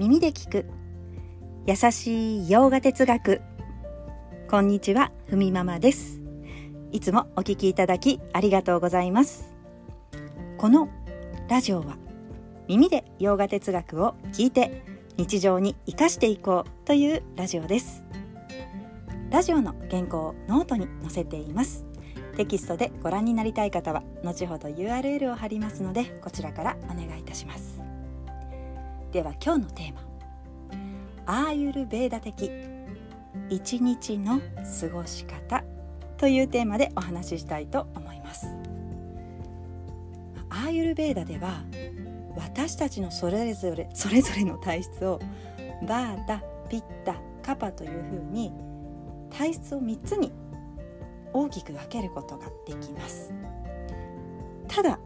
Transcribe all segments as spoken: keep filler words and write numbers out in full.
耳で聞く優しい洋画哲学。こんにちは、ふみママです。いつもお聞きいただきありがとうございます。このラジオは耳で洋画哲学を聞いて日常に生かしていこうというラジオです。ラジオの原稿をノートに載せています。テキストでご覧になりたい方は後ほど ユーアールエル を貼りますので、こちらからお願いいたします。では今日のテーマ、アーユルヴェーダ的一日の過ごし方というテーマでお話ししたいと思います。アーユルヴェーダでは私たちのそれぞれそれぞれの体質をバータ、ピッタ、カパというふうに体質をみっつに大きく分けることができます。ただ、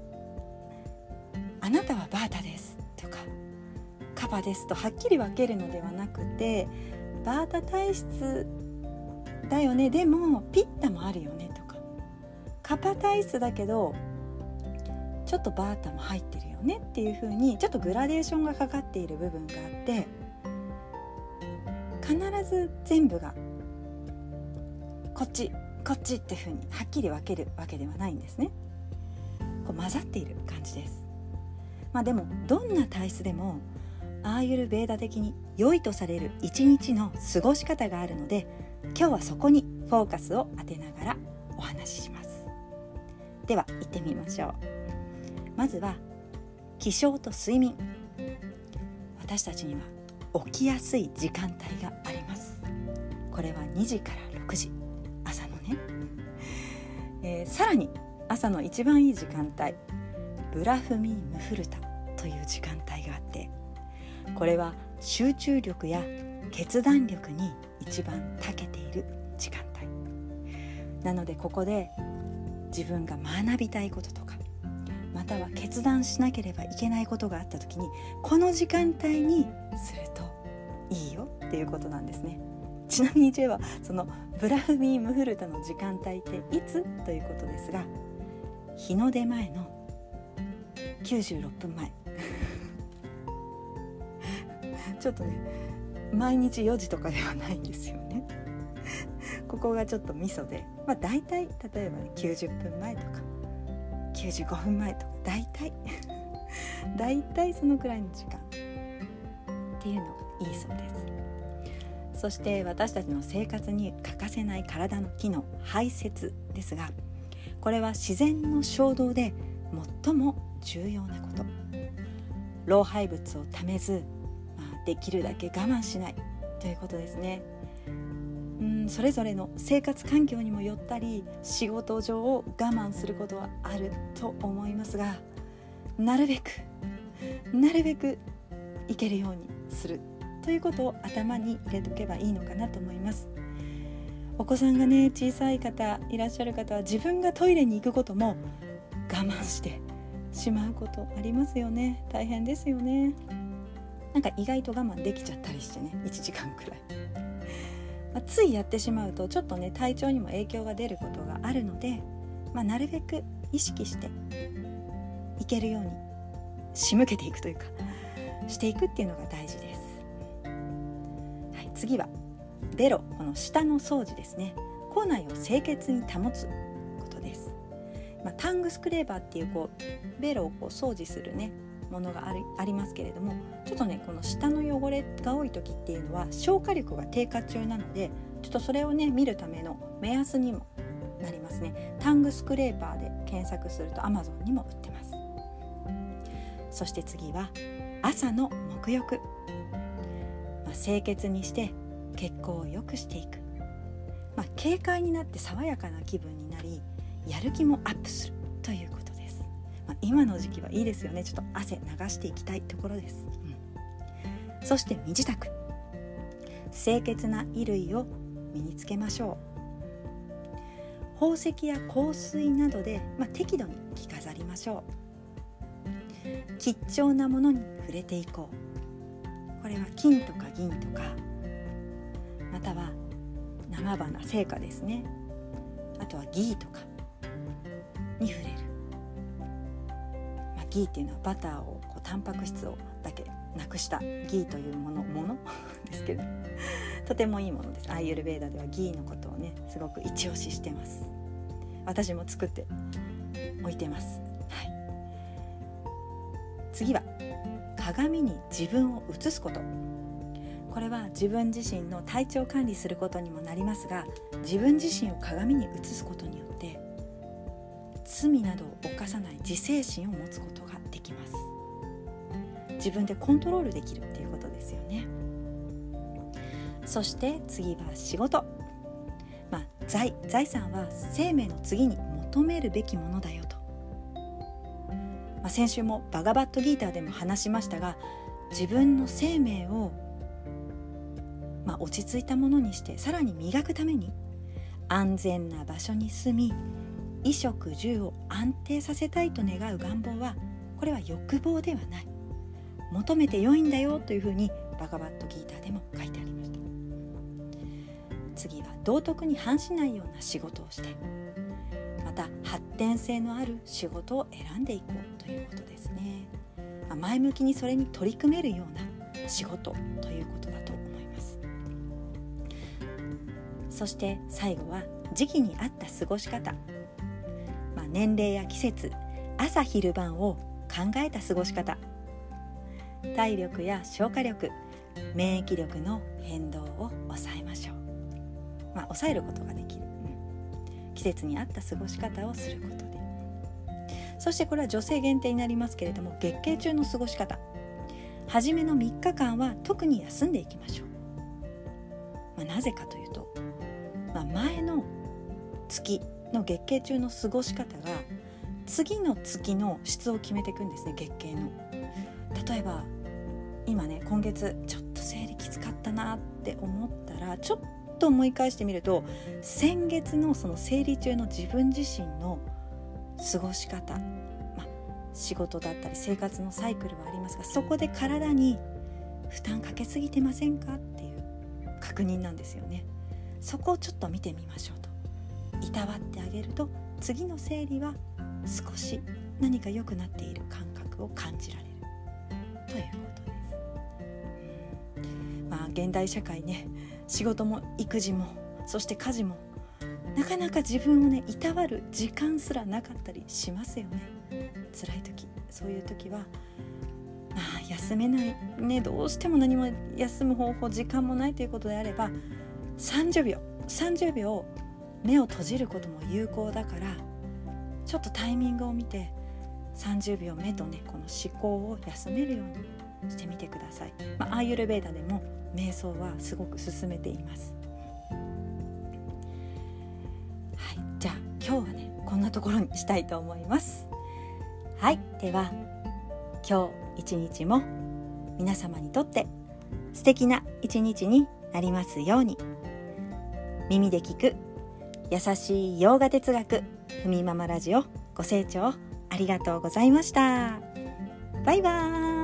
あなたはバータですとかカパですとはっきり分けるのではなくて、バータ体質だよね、でもピッタもあるよねとか、カパ体質だけどちょっとバータも入ってるよねっていう風に、ちょっとグラデーションがかかっている部分があって、必ず全部がこっちこっちっていう風にはっきり分けるわけではないんですね。こう混ざっている感じです。まあでもどんな体質でもアーユルヴェーダ的に良いとされる一日の過ごし方があるので、今日はそこにフォーカスを当てながらお話しします。では行ってみましょう。まずは起床と睡眠。私たちには起きやすい時間帯があります。これはにじからろくじ、朝のね、えー、さらに朝の一番いい時間帯、ブラフミームフルタという時間帯があって、これは集中力や決断力に一番長けている時間帯なので、ここで自分が学びたいこととか、または決断しなければいけないことがあった時に、この時間帯にするといいよっていうことなんですね。ちなみに J はそのブラフミームフルタの時間帯っていつということですが、日の出前のきゅうじゅうろっぷんまえちょっとね、毎日よじとかではないんですよね。ここがちょっとミソで、まあ大体例えばねきゅうじゅっぷんまえとかきゅうじゅうごふんまえとか、大体大体そのくらいの時間っていうのがいいそうです。そして私たちの生活に欠かせない体の機能、排泄ですが、これは自然の衝動で最も重要なこと。老廃物をためず、まあ、できるだけ我慢しないということですね。うん、それぞれの生活環境にもよったり、仕事上を我慢することはあると思いますが、なるべくなるべくいけるようにするということを頭に入れておけばいいのかなと思います。お子さんがね小さい方いらっしゃる方は、自分がトイレに行くことも我慢してしまうことありますよね。大変ですよね。なんか意外と我慢できちゃったりしてね、いちじかんくらいまあ、ついやってしまうとちょっとね体調にも影響が出ることがあるので、まあ、なるべく意識していけるように仕向けていくというかしていくっていうのが大事です。はい、次はベロ、この舌の掃除ですね。口内を清潔に保つことです。まあ、タングスクレーバーっていう、こうベロをこう掃除するねものがあり、ありますけれども、ちょっとねこの舌の汚れが多い時っていうのは消化力が低下中なので、ちょっとそれをね見るための目安にもなりますね。タングスクレーパーで検索すると Amazon にも売ってます。そして次は朝の沐浴、まあ、清潔にして血行を良くしていく、まあ、軽快になって爽やかな気分になり、やる気もアップするということです。まあ、今の時期はいいですよね。ちょっと汗流していきたいところです、うん、そして身支度、清潔な衣類を身につけましょう。宝石や香水などで、まあ、適度に着飾りましょう。貴重なものに触れていこう。これは金とか銀とか、または生花、生花ですね。あとはギーとかに触れる。まあ、 ギーっていうのはバターをこうタンパク質をだけなくしたギーというものものですけど、とてもいいものです。アーユルヴェーダではギーのことをねすごく一押ししてます。私も作って置いてます、はい、次は鏡に自分を映すこと。これは自分自身の体調管理することにもなりますが、自分自身を鏡に映すことによって罪などを犯さない自制心を持つことができます。自分でコントロールできるっていうことですよね。そして次は仕事、まあ、財、財産は生命の次に求めるべきものだよと、まあ、先週もバガバットギーターでも話しましたが、自分の生命を、まあ、落ち着いたものにしてさらに磨くために安全な場所に住み、衣食住を安定させたいと願う願望は、これは欲望ではない、求めて良いんだよというふうにバガバットギーターでも書いてありました。次は道徳に反しないような仕事をして、また発展性のある仕事を選んでいこうということですね。まあ、前向きにそれに取り組めるような仕事ということだと思います。そして最後は時期に合った過ごし方、まあ、年齢や季節、朝昼晩を考えた過ごし方、体力や消化力、免疫力の変動を抑えましょう。まあ、抑えることができる、うん、季節に合った過ごし方をすることで、そしてこれは女性限定になりますけれども、月経中の過ごし方、初めのみっかかんは特に休んでいきましょう。まあ、なぜかというと、まあ、前の月の月経中の過ごし方が次の月の質を決めていくんですね。月経の例えば今ね、今月ちょっと生理きつかったなって思ったら、ちょっと思い返してみると、先月のその生理中の自分自身の過ごし方、まあ、仕事だったり生活のサイクルはありますが、そこで体に負担かけすぎてませんかっていう確認なんですよね。そこをちょっと見てみましょうと。いたわってあげると、次の生理は少し何か良くなっている感覚を感じられるということです。うん、まあ現代社会ね、仕事も育児もそして家事もなかなか自分をねいたわる時間すらなかったりしますよね。辛い時、そういう時は、まあ、休めないね、どうしても何も休む方法時間もないということであれば、さんじゅうびょうさんじゅうびょう目を閉じることも有効だから、ちょっとタイミングを見てさんじゅうびょう目とね、この思考を休めるようにしてみてください。まあ、アーユルヴェーダでも瞑想はすごく勧めています。はい、じゃあ今日はねこんなところにしたいと思います。はい、では今日一日も皆様にとって素敵な一日になりますように。耳で聞く優しいヨーガ哲学、ふみママラジオご清聴ありがとうございました。バイバーイ。